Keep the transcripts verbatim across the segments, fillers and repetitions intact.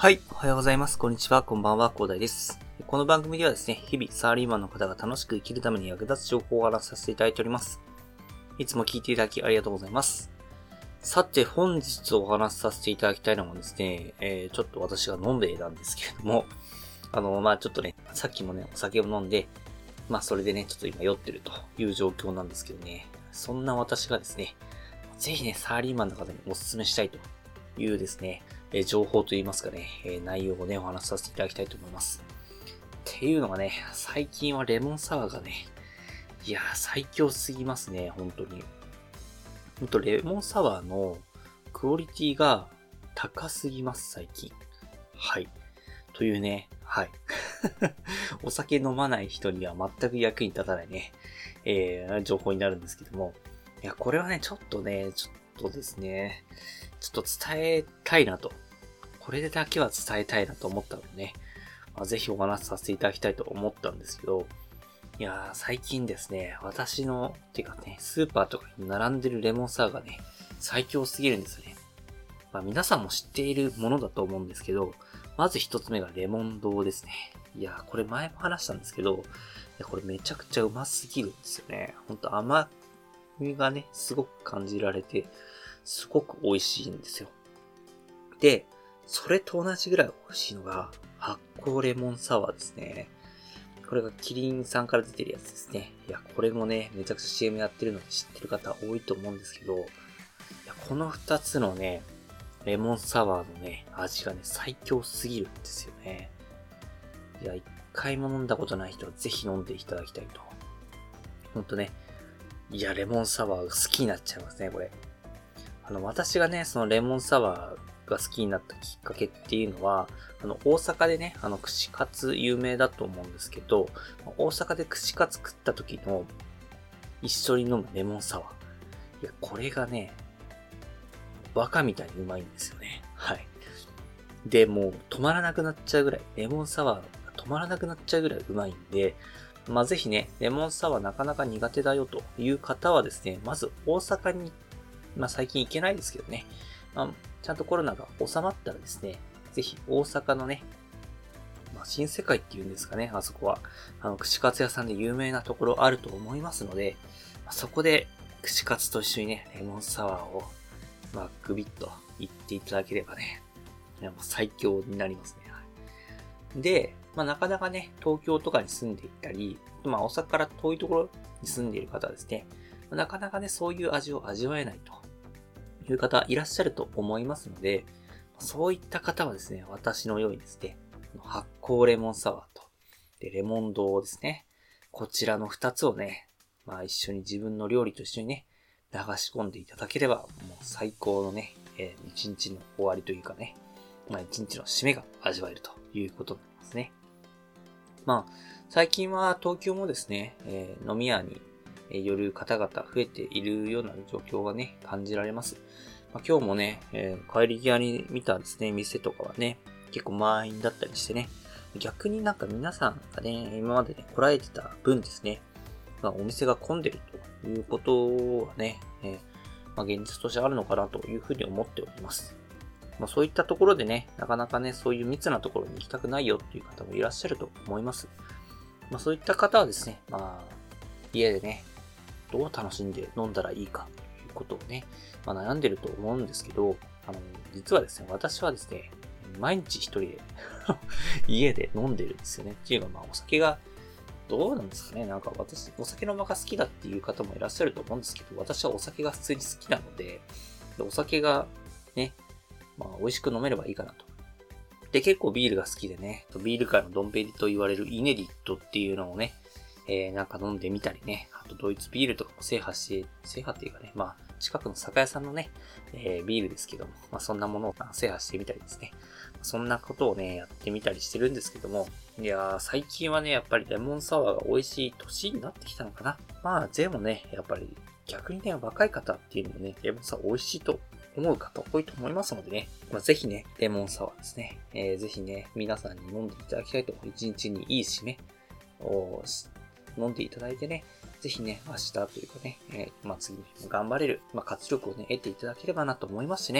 はい。おはようございます。こんにちは。こんばんは。広大です。この番組ではですね、日々サラリーマンの方が楽しく生きるために役立つ情報をお話しさせていただいております。いつも聞いていただきありがとうございます。さて、本日お話しさせていただきたいのはですね、えー、ちょっと私が飲んべえなんですけれども、あの、まあちょっとね、さっきもね、お酒を飲んで、まあそれでね、ちょっと今酔ってるという状況なんですけどね、そんな私がですね、ぜひね、サラリーマンの方にお勧めしたいというですね、え情報といいますかね、え内容をね、お話しさせていただきたいと思います。っていうのがね、最近はレモンサワーがね、いやー、最強すぎますね、本当に。ほんと、レモンサワーのクオリティが高すぎます、最近。はい。というね、はい。お酒飲まない人には全く役に立たないね、えー、情報になるんですけども。いや、これはね、ちょっとね、ちょっとですね、ちょっと伝えたいなと。これでだけは伝えたいなと思ったのでね、まあ、ぜひお話しさせていただきたいと思ったんですけど、いやー、最近ですね、私の、てかね、スーパーとかに並んでるレモンサワーがね、最強すぎるんですよね。まあ皆さんも知っているものだと思うんですけど、まず一つ目がレモン堂ですね。いやー、これ前も話したんですけど、いやこれめちゃくちゃうますぎるんですよね。ほんと甘みがね、すごく感じられて、すごく美味しいんですよ。で、それと同じぐらい美味しいのが、発酵レモンサワーですね。これがキリンさんから出てるやつですね。いや、これもね、めちゃくちゃ シーエム やってるので知ってる方多いと思うんですけど、いやこの二つのね、レモンサワーのね、味がね、最強すぎるんですよね。いや、一回も飲んだことない人はぜひ飲んでいただきたいと。ほんとね、いや、レモンサワーが好きになっちゃいますね、これ。あの、私がね、そのレモンサワーが好きになったきっかけっていうのは、あの、大阪でね、あの、串カツ有名だと思うんですけど、大阪で串カツ食った時の一緒に飲むレモンサワー。いや、これがね、バカみたいにうまいんですよね。はい。で、もう止まらなくなっちゃうぐらい、レモンサワーが止まらなくなっちゃうぐらいうまいんで、まあ、ぜひね、レモンサワーなかなか苦手だよという方はですね、まず大阪に、まあ最近行けないですけどね、まあ、ちゃんとコロナが収まったらですね、ぜひ大阪のね、まあ、新世界っていうんですかね、あそこは、あの、串カツ屋さんで有名なところあると思いますので、まあ、そこで串カツと一緒にね、レモンサワーを、まあ、グビッと言っていただければね、いやもう最強になりますね。で、まあ、なかなかね、東京とかに住んでいたり、まあ、大阪から遠いところに住んでいる方はですね、なかなかね、そういう味を味わえないという方いらっしゃると思いますので、そういった方はですね、私のようにですね、発酵レモンサワーと、で、レモン堂ですね。こちらの二つをね、まあ一緒に自分の料理と一緒にね、流し込んでいただければ、もう最高のね、えー、一日の終わりというかね、まあ一日の締めが味わえるということになりますね。まあ、最近は東京もですね、えー、飲み屋に寄る方々増えているような状況がね、感じられます。まあ、今日もね、えー、帰り際に見たですね、店とかはね、結構満員だったりしてね、逆になんか皆さんがね、今までね、来られてた分ですね、まあ、お店が混んでるということはね、えーまあ、現実としてあるのかなというふうに思っております。まあ、そういったところでね、なかなかね、そういう密なところに行きたくないよっていう方もいらっしゃると思います。まあ、そういった方はですね、まあ、家でね、どう楽しんで飲んだらいいかということをね、まあ、悩んでると思うんですけど、あの、実はですね、私はですね、毎日一人で家で飲んでるんですよね。っていうか、まあ、お酒が、どうなんですかね。なんか私、お酒の場が好きだっていう方もいらっしゃると思うんですけど、私はお酒が普通に好きなので、でお酒がね、まあ、美味しく飲めればいいかなと。で、結構ビールが好きでね、ビール界のドンペリと言われるイネリットっていうのをね、えー、なんか飲んでみたりね、あとドイツビールとかも制覇して、制覇っていうかね、まあ、近くの酒屋さんのね、えー、ビールですけども、まあそんなものを制覇してみたりですね。そんなことをね、やってみたりしてるんですけども、いやー、最近はね、やっぱりレモンサワーが美味しい年になってきたのかな。まあ、でもね、やっぱり逆にね、若い方っていうのもね、レモンサワー美味しいと思う方多いと思いますのでね、まあ、ぜひね、レモンサワーですね、えー、ぜひね、皆さんに飲んでいただきたいと、一日にいい締めを飲んでいただいてね、ぜひね、明日というかね、えー、まあ、次の日も頑張れる、まあ、活力をね、得ていただければなと思いますしね、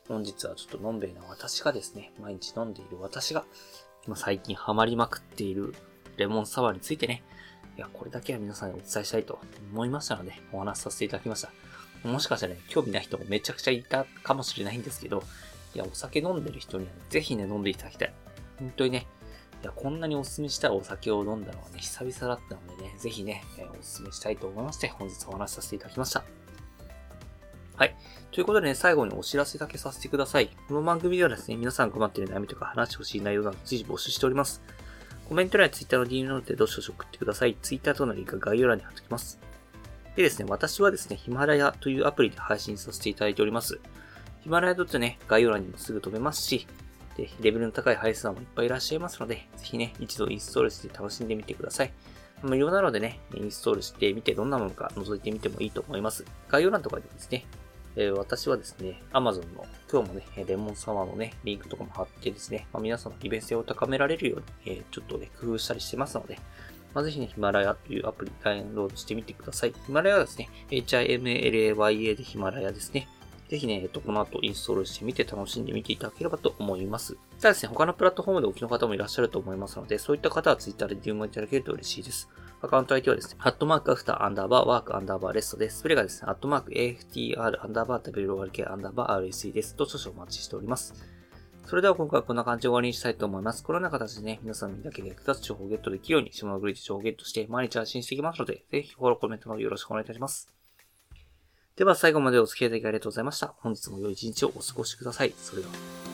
本日はちょっとのんべえな私がですね、毎日飲んでいる私が、今最近ハマりまくっているレモンサワーについてね、いや、これだけは皆さんにお伝えしたいと思いましたので、お話しさせていただきました。もしかしたらね、興味ない人もめちゃくちゃいたかもしれないんですけど、いや、お酒飲んでる人には、ね、ぜひね、飲んでいただきたい。本当にね、いや、こんなにお勧めしたいお酒を飲んだのはね、久々だったのでね、ぜひね、えー、お勧めしたいと思いまして、本日お話しさせていただきました。はい。ということでね、最後にお知らせだけさせてください。この番組ではですね、皆さん困っている悩みとか話してほしい内容など随時募集しております。コメント欄や Twitter の ディーエム などでどしどし送ってください。Twitter とのリンクは概要欄に貼っておきます。でですね、私はですね、ヒマラヤというアプリで配信させていただいております。ヒマラヤ .ね、概要欄にもすぐ飛べますし、で、レベルの高い配信者もいっぱいいらっしゃいますので、ぜひね、一度インストールして楽しんでみてください。無料なのでね、インストールしてみてどんなものか覗いてみてもいいと思います。概要欄とかでですね、えー、私はですね、Amazon の今日もね、レモンサワーのね、リンクとかも貼ってですね、まあ、皆さんの利便性を高められるように、えー、ちょっとね、工夫したりしてますので、まあ、ぜひね、ヒマラヤというアプリダウンロードしてみてください。ヒマラヤはですね、エイチアイエムエルエーワイエー でヒマラヤですね。ぜひね、えっと、この後インストールしてみて楽しんでみていただければと思います。ただですね、他のプラットフォームでお聞きの方もいらっしゃると思いますので、そういった方は Twitter で ディーエム いただけると嬉しいです。アカウント相手はですね、アットマークアフターアンダーバーワークアンダーバーレストです。それがですね、アットマーク エーエフティーアール アンダーバー ダブリューアールケー アンダーバー アールエスイー です。と少々お待ちしております。それでは今回はこんな感じで終わりにしたいと思います。このような形でね、皆さんにだけで役立つ情報をゲットできるように、島のグリッジ情報をゲットして毎日発信していきますので、ぜひフォロー、コメントのよろしくお願いいたします。では最後までお付き合いいただきありがとうございました。本日も良い一日をお過ごしください。それでは。